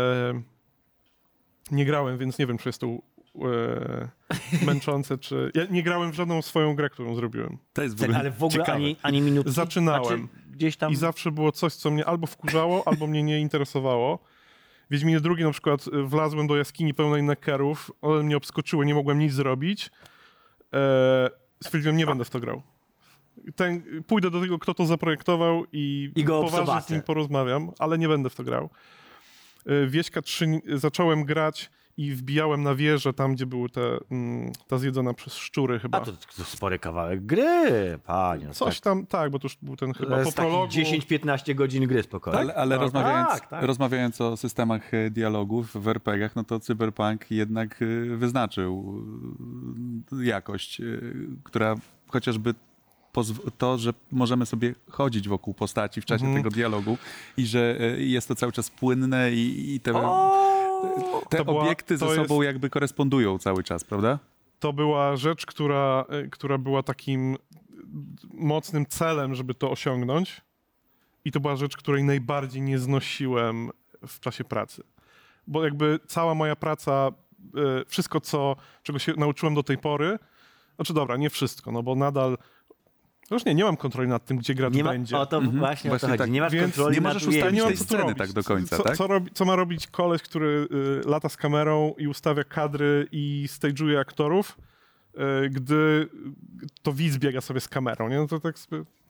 Nie grałem, więc nie wiem, czy jest to męczące, czy... Ja nie grałem w żadną swoją grę, którą zrobiłem. To jest w ogóle Ale w ogóle ciekawe. ani minutki. Zaczynałem. Znaczy, gdzieś tam... I zawsze było coś, co mnie albo wkurzało, albo mnie nie interesowało. W Wiedźminie II na przykład wlazłem do jaskini pełnej neckerów, one mnie obskoczyły, nie mogłem nic zrobić. Stwierdziłem, nie będę w to grał. Pójdę do tego, kto to zaprojektował i go poważnie z zobaczę. nim porozmawiam, ale nie będę w to grał. Wieśka 3 zacząłem grać i wbijałem na wieżę tam, gdzie były ta zjedzona przez szczury chyba. A to spory kawałek gry, panie. no Coś tam, tak, bo to już był ten To chyba po jest takich prologu. 10-15 godzin gry spokojnie. Ale No, rozmawiając, tak. rozmawiając o systemach dialogów w RPG-ach, no to Cyberpunk jednak wyznaczył jakość, która chociażby to, że możemy sobie chodzić wokół postaci w czasie tego dialogu i że jest to cały czas płynne i te obiekty ze sobą jakby korespondują cały czas, prawda? To była rzecz, która była takim mocnym celem, żeby to osiągnąć. I to była rzecz, której najbardziej nie znosiłem w czasie pracy. Bo jakby cała moja praca, wszystko, czego się nauczyłem do tej pory, znaczy dobra, nie wszystko, no bo nadal już nie mam kontroli nad tym, gdzie gracz Nie ma, będzie. o to właśnie o to Właśnie chodzi. tak. Nie masz Więc kontroli nie nad możesz ustalić ujęciem. tej co sceny robić. tak do końca, tak? Co ma robić koleś, który lata z kamerą i ustawia kadry i stage'uje aktorów, gdy to widz biega sobie z kamerą, nie? No to tak sobie...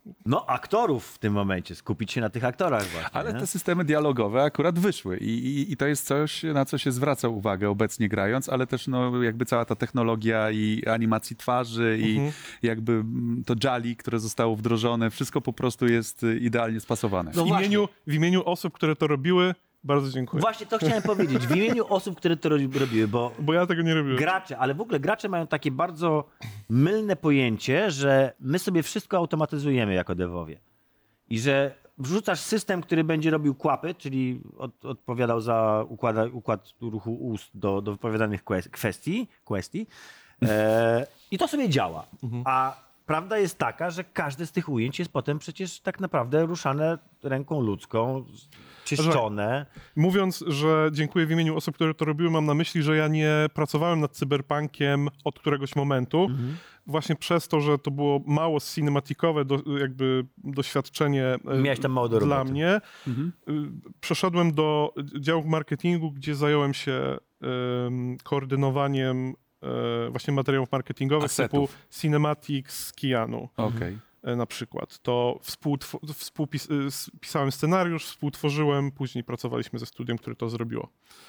No, aktorów w tym momencie, skupić się na tych aktorach właśnie. Ale nie? te systemy dialogowe akurat wyszły i to jest coś, na co się zwraca uwagę obecnie grając, ale też no, jakby cała ta technologia i animacji twarzy i jakby to Jali, które zostało wdrożone, wszystko po prostu jest idealnie spasowane. No W imieniu osób, które to robiły, bardzo dziękuję. Właśnie to chciałem powiedzieć. W imieniu osób, które to robiły, bo Bo ja tego nie robiłem. gracze, ale w ogóle gracze mają takie bardzo mylne pojęcie, że my sobie wszystko automatyzujemy jako devowie. I że wrzucasz system, który będzie robił kłapy, czyli odpowiadał za układ ruchu ust do wypowiadanych kwestii i to sobie działa. A prawda jest taka, że każde z tych ujęć jest potem przecież tak naprawdę ruszane ręką ludzką, czyszczone. Mówiąc, że dziękuję w imieniu osób, które to robiły, mam na myśli, że ja nie pracowałem nad cyberpunkiem od któregoś momentu. Właśnie przez to, że to było mało cinematikowe jakby doświadczenie Miałeś tam mało do dla roboty. mnie. Przeszedłem do działu marketingu, gdzie zająłem się koordynowaniem właśnie materiałów marketingowych Asetów. typu Cinematics z Keanu. Okej. Na przykład. To pisałem scenariusz, współtworzyłem, później pracowaliśmy ze studiem, które to zrobiło.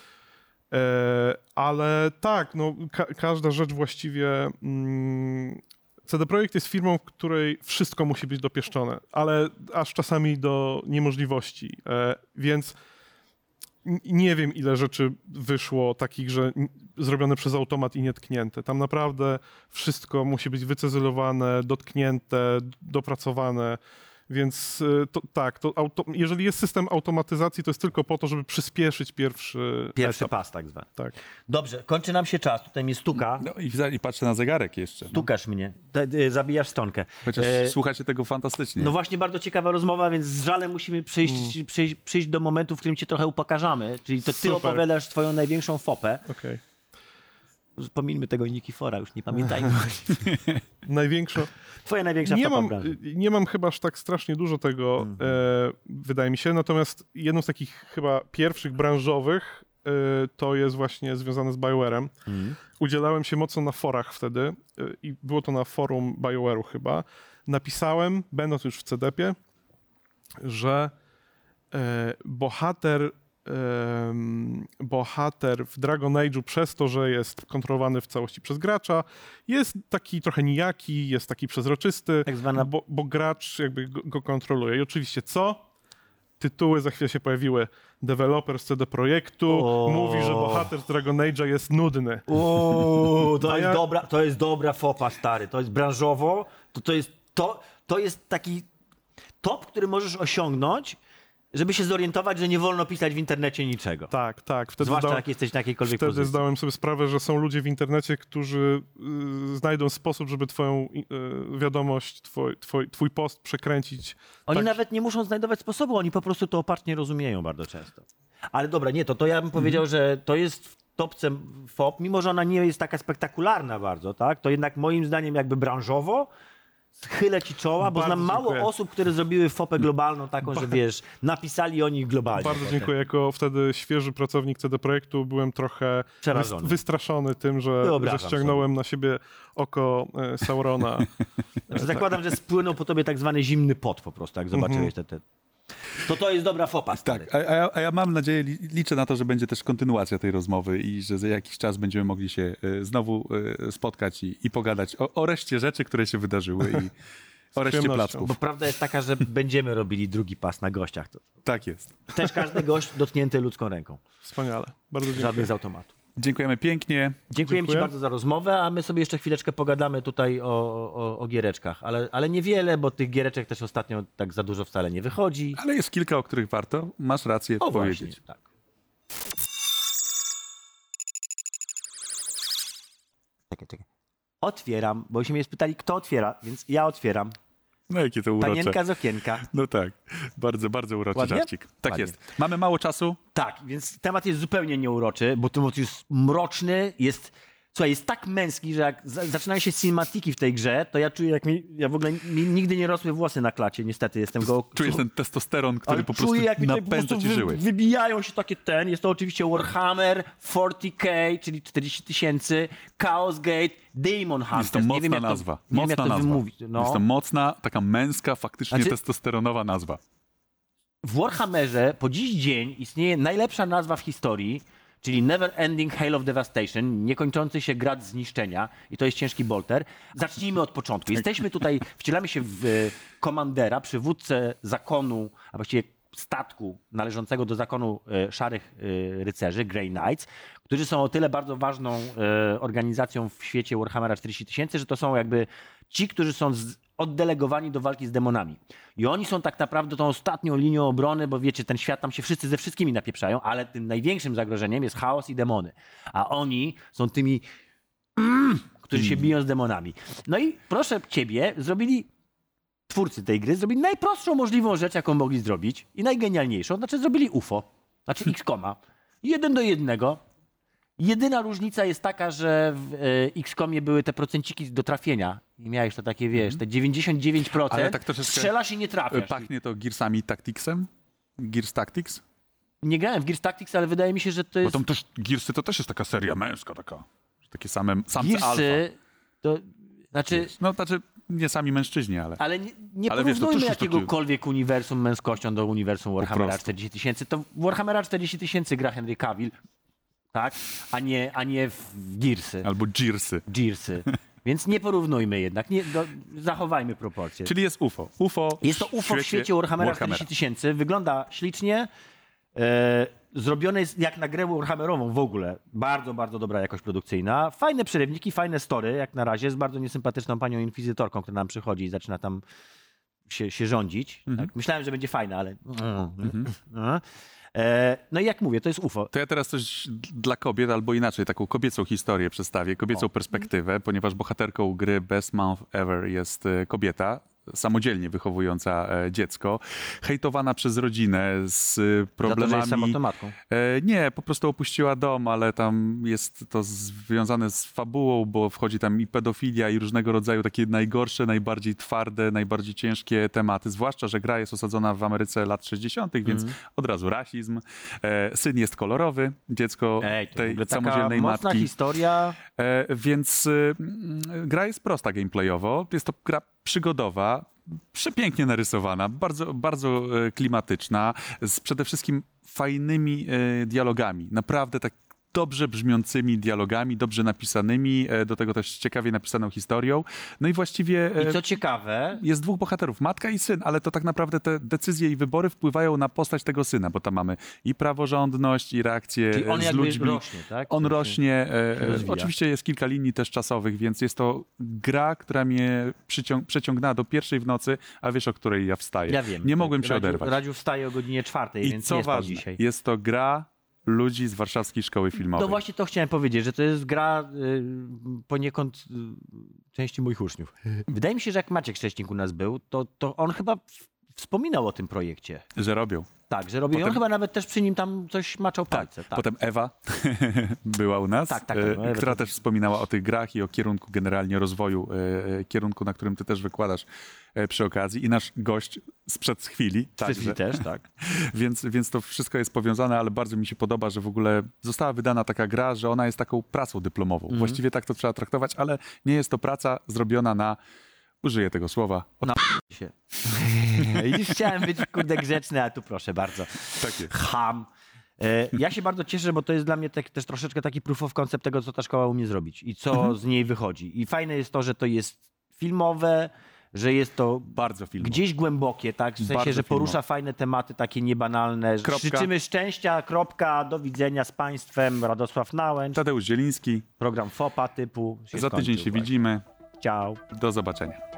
Ale tak, no, każda rzecz właściwie... CD Projekt jest firmą, w której wszystko musi być dopieszczone, ale aż czasami do niemożliwości. Więc nie wiem, ile rzeczy wyszło takich, że zrobione przez automat i nietknięte. Tam naprawdę wszystko musi być wycezelowane, dotknięte, dopracowane. Więc jeżeli jest system automatyzacji, to jest tylko po to, żeby przyspieszyć pierwszy etap. pas tak zwany. Tak. Dobrze, kończy nam się czas. Tutaj mnie stuka. No i patrzę na zegarek jeszcze. No. Stukasz mnie. Zabijasz stonkę. Chociaż słuchacie tego fantastycznie. No właśnie, bardzo ciekawa rozmowa, więc z żalem musimy przyjść do momentu, w którym cię trochę upokarzamy. Czyli to ty Super. opowiadasz twoją największą fopę. Okej. Pomińmy tego Nikifora, już nie pamiętajmy. Największą... Twoja największa fopa w branży. Nie mam chyba aż tak strasznie dużo tego, wydaje mi się. Natomiast jedną z takich chyba pierwszych branżowych to jest właśnie związane z BioWare'em. Udzielałem się mocno na forach wtedy i było to na forum BioWare'u chyba. Napisałem, będąc już w CDP-ie, że bohater w Dragon Age'u przez to, że jest kontrolowany w całości przez gracza, jest taki trochę nijaki, jest taki przezroczysty, Tak zwana- bo gracz jakby go kontroluje. I oczywiście tytuły za chwilę się pojawiły. Deweloper z CD Projektu mówi, że bohater z Dragon Age'a jest nudny. To jest dobra fopa, stary. To jest branżowo, to jest taki top, który możesz osiągnąć, żeby się zorientować, że nie wolno pisać w internecie niczego. Tak. Wtedy Zwłaszcza jak jesteś na jakiejkolwiek Wtedy pozycji. zdałem sobie sprawę, że są ludzie w internecie, którzy znajdą sposób, żeby twoją wiadomość, twój post przekręcić. Oni tak, nawet nie muszą znajdować sposobu, oni po prostu to oparcie rozumieją bardzo często. Ale dobra, nie, to ja bym powiedział, że to jest w topce FOP, mimo że ona nie jest taka spektakularna bardzo, tak? To jednak moim zdaniem jakby branżowo schylę ci czoła, bo Bardzo znam mało dziękuję. osób, które zrobiły FOPę globalną taką, że wiesz, napisali o nich globalnie. Bardzo potem. dziękuję. Jako wtedy świeży pracownik CD Projektu byłem trochę Przerażony. wystraszony tym, że Wyobrażam ściągnąłem na siebie oko Saurona. Znaczy, zakładam, że spłynął po tobie tak zwany zimny pot po prostu, jak zobaczyłeś te. To jest dobra fopa, stary. Tak, a ja mam nadzieję, liczę na to, że będzie też kontynuacja tej rozmowy i że za jakiś czas będziemy mogli się znowu spotkać i pogadać o reszcie rzeczy, które się wydarzyły i o reszcie przyjemnością. placków. Bo prawda jest taka, że będziemy robili drugi pas na gościach. Tak jest. Też każdy gość dotknięty ludzką ręką. Wspaniale. Bardzo dziękuję. Żadnych z automatu. Dziękujemy pięknie. Dziękujemy Ci Dziękuję. bardzo za rozmowę, a my sobie jeszcze chwileczkę pogadamy tutaj o giereczkach, ale niewiele, bo tych giereczek też ostatnio tak za dużo wcale nie wychodzi. Ale jest kilka, o których warto, masz rację, O powiedzieć. właśnie, tak. Czekaj. Otwieram, bo się mnie spytali, kto otwiera, więc ja otwieram. No jakie to urocze. Panienka z okienka. No tak, bardzo, bardzo uroczy Ładnie? żarcik. Tak Ładnie. jest. Mamy mało czasu. Tak, więc temat jest zupełnie nieuroczy, bo temat jest mroczny, jest Słuchaj, jest tak męski, że jak zaczynają się cinematiki w tej grze, to ja czuję, jak ja w ogóle mi nigdy nie rosły włosy na klacie, niestety, jestem go... Czujesz ten testosteron, który Ale po prostu czuję, jak mi tutaj po napędza prostu ci żyły. wybijają się takie jest to oczywiście Warhammer 40K, czyli 40 000, Chaos Gate, Demon Hunters. Jest to Nie mocna wiem, jak nazwa. To, nie wiem, jak Mocna to nazwa. wymówić. No. Jest to mocna, taka męska, faktycznie Znaczy- testosteronowa nazwa. W Warhammerze po dziś dzień istnieje najlepsza nazwa w historii, czyli Never Ending Hail of Devastation, niekończący się grad zniszczenia, i to jest ciężki bolter. Zacznijmy od początku. Jesteśmy tutaj, wcielamy się w komandera, przywódcę zakonu, a właściwie statku należącego do zakonu Szarych Rycerzy, Grey Knights, którzy są o tyle bardzo ważną organizacją w świecie Warhammera 40 000, że to są jakby ci, którzy są oddelegowani do walki z demonami. I oni są tak naprawdę tą ostatnią linią obrony, bo wiecie, ten świat, tam się wszyscy ze wszystkimi napieprzają, ale tym największym zagrożeniem jest chaos i demony. A oni są tymi, którzy się biją z demonami. No i proszę ciebie, twórcy tej gry zrobili najprostszą możliwą rzecz, jaką mogli zrobić i najgenialniejszą, znaczy zrobili UFO, znaczy XCOMa. 1:1. Jedyna różnica jest taka, że w XCOMie były te procenciki do trafienia i miałeś to takie, wiesz, te 99%, Ale tak troszeczkę strzelasz i nie trafiasz. Pachnie to Gearsami Tacticsem? Gears Tactics? Nie grałem w Gears Tactics, ale wydaje mi się, że to Bo jest... tam też Gearsy to też jest taka seria męska, taka. Takie same samce alfa. Gearsy, to znaczy... No, znaczy nie sami mężczyźni, ale... Ale nie Ale wiesz, to porównujmy też jest taki- jakiegokolwiek uniwersum męskością do uniwersum Warhammera prostu. 40 000. To w Warhammera 40 000 gra Henry Cavill, tak? A nie w Gearsy. Albo Gearsy. Gearsy. Więc nie porównujmy jednak. Zachowajmy proporcje. Czyli jest UFO. UFO Jest to UFO w świecie Warhammera 40 000. Wygląda ślicznie. Zrobione jest jak na grę Warhammerową w ogóle. Bardzo, bardzo dobra jakość produkcyjna. Fajne przerywniki, fajne story jak na razie. Z bardzo niesympatyczną panią inkwizytorką, która nam przychodzi i zaczyna tam się rządzić. Tak? Myślałem, że będzie fajne, ale... No i jak mówię, to jest UFO. To ja teraz coś dla kobiet, albo inaczej, taką kobiecą historię przedstawię, kobiecą perspektywę, ponieważ bohaterką gry Best Month Ever jest kobieta, samodzielnie wychowująca dziecko, hejtowana przez rodzinę z problemami... Za to, że jest samotną matką. Nie, po prostu opuściła dom, ale tam jest to związane z fabułą, bo wchodzi tam i pedofilia, i różnego rodzaju takie najgorsze, najbardziej twarde, najbardziej ciężkie tematy, zwłaszcza, że gra jest osadzona w Ameryce lat 60., więc od razu rasizm. Syn jest kolorowy, dziecko To w tej ogóle taka samodzielnej mocna matki. historia. Więc gra jest prosta gameplayowo, jest to gra przygodowa, przepięknie narysowana, bardzo, bardzo klimatyczna, z przede wszystkim fajnymi dialogami. Naprawdę tak dobrze brzmiącymi dialogami, dobrze napisanymi, do tego też ciekawie napisaną historią. No i właściwie I co ciekawe, jest dwóch bohaterów, matka i syn, ale to tak naprawdę te decyzje i wybory wpływają na postać tego syna, bo tam mamy i praworządność, i reakcje czyli on z jakby ludźmi. rośnie, tak? On W sensie rośnie. rozwija. Oczywiście jest kilka linii też czasowych, więc jest to gra, która mnie przeciągnęła do pierwszej w nocy, a wiesz, o której ja wstaję. Ja wiem. Nie mogłem się oderwać. Radziu wstaje o godzinie 4, I więc co nie spał ważne, dzisiaj. jest to gra ludzi z Warszawskiej Szkoły Filmowej. To właśnie to chciałem powiedzieć, że to jest gra poniekąd części moich uczniów. Wydaje mi się, że jak Maciek Szcześnik u nas był, to on chyba wspominał o tym projekcie. Że robią. Tak, że robił. I on Potem- chyba nawet też przy nim tam coś maczał palce. Tak. Potem Ewa była u nas, Tak, no, Ewa która to- też wspominała o tych grach i o kierunku generalnie rozwoju, kierunku, na którym ty też wykładasz przy okazji. I nasz gość sprzed chwili. Wszyscy też, tak. Więc to wszystko jest powiązane, ale bardzo mi się podoba, że w ogóle została wydana taka gra, że ona jest taką pracą dyplomową. Właściwie tak to trzeba traktować, ale nie jest to praca zrobiona na, użyję tego słowa, Się. Już chciałem być kurde grzeczny, a tu proszę bardzo. takie. Ham. Ja się bardzo cieszę, bo to jest dla mnie też troszeczkę taki proof of concept tego, co ta szkoła umie zrobić i co z niej wychodzi. I fajne jest to, że to jest filmowe, że jest to Bardzo filmowe. gdzieś głębokie, tak? W sensie, Bardzo że porusza filmowe. fajne tematy, takie niebanalne. Kropka. Życzymy szczęścia, kropka, do widzenia z państwem. Radosław Nałęcz, Tadeusz Zieliński. program FOPA typu. Za tydzień się widzimy. Ciao. Do zobaczenia.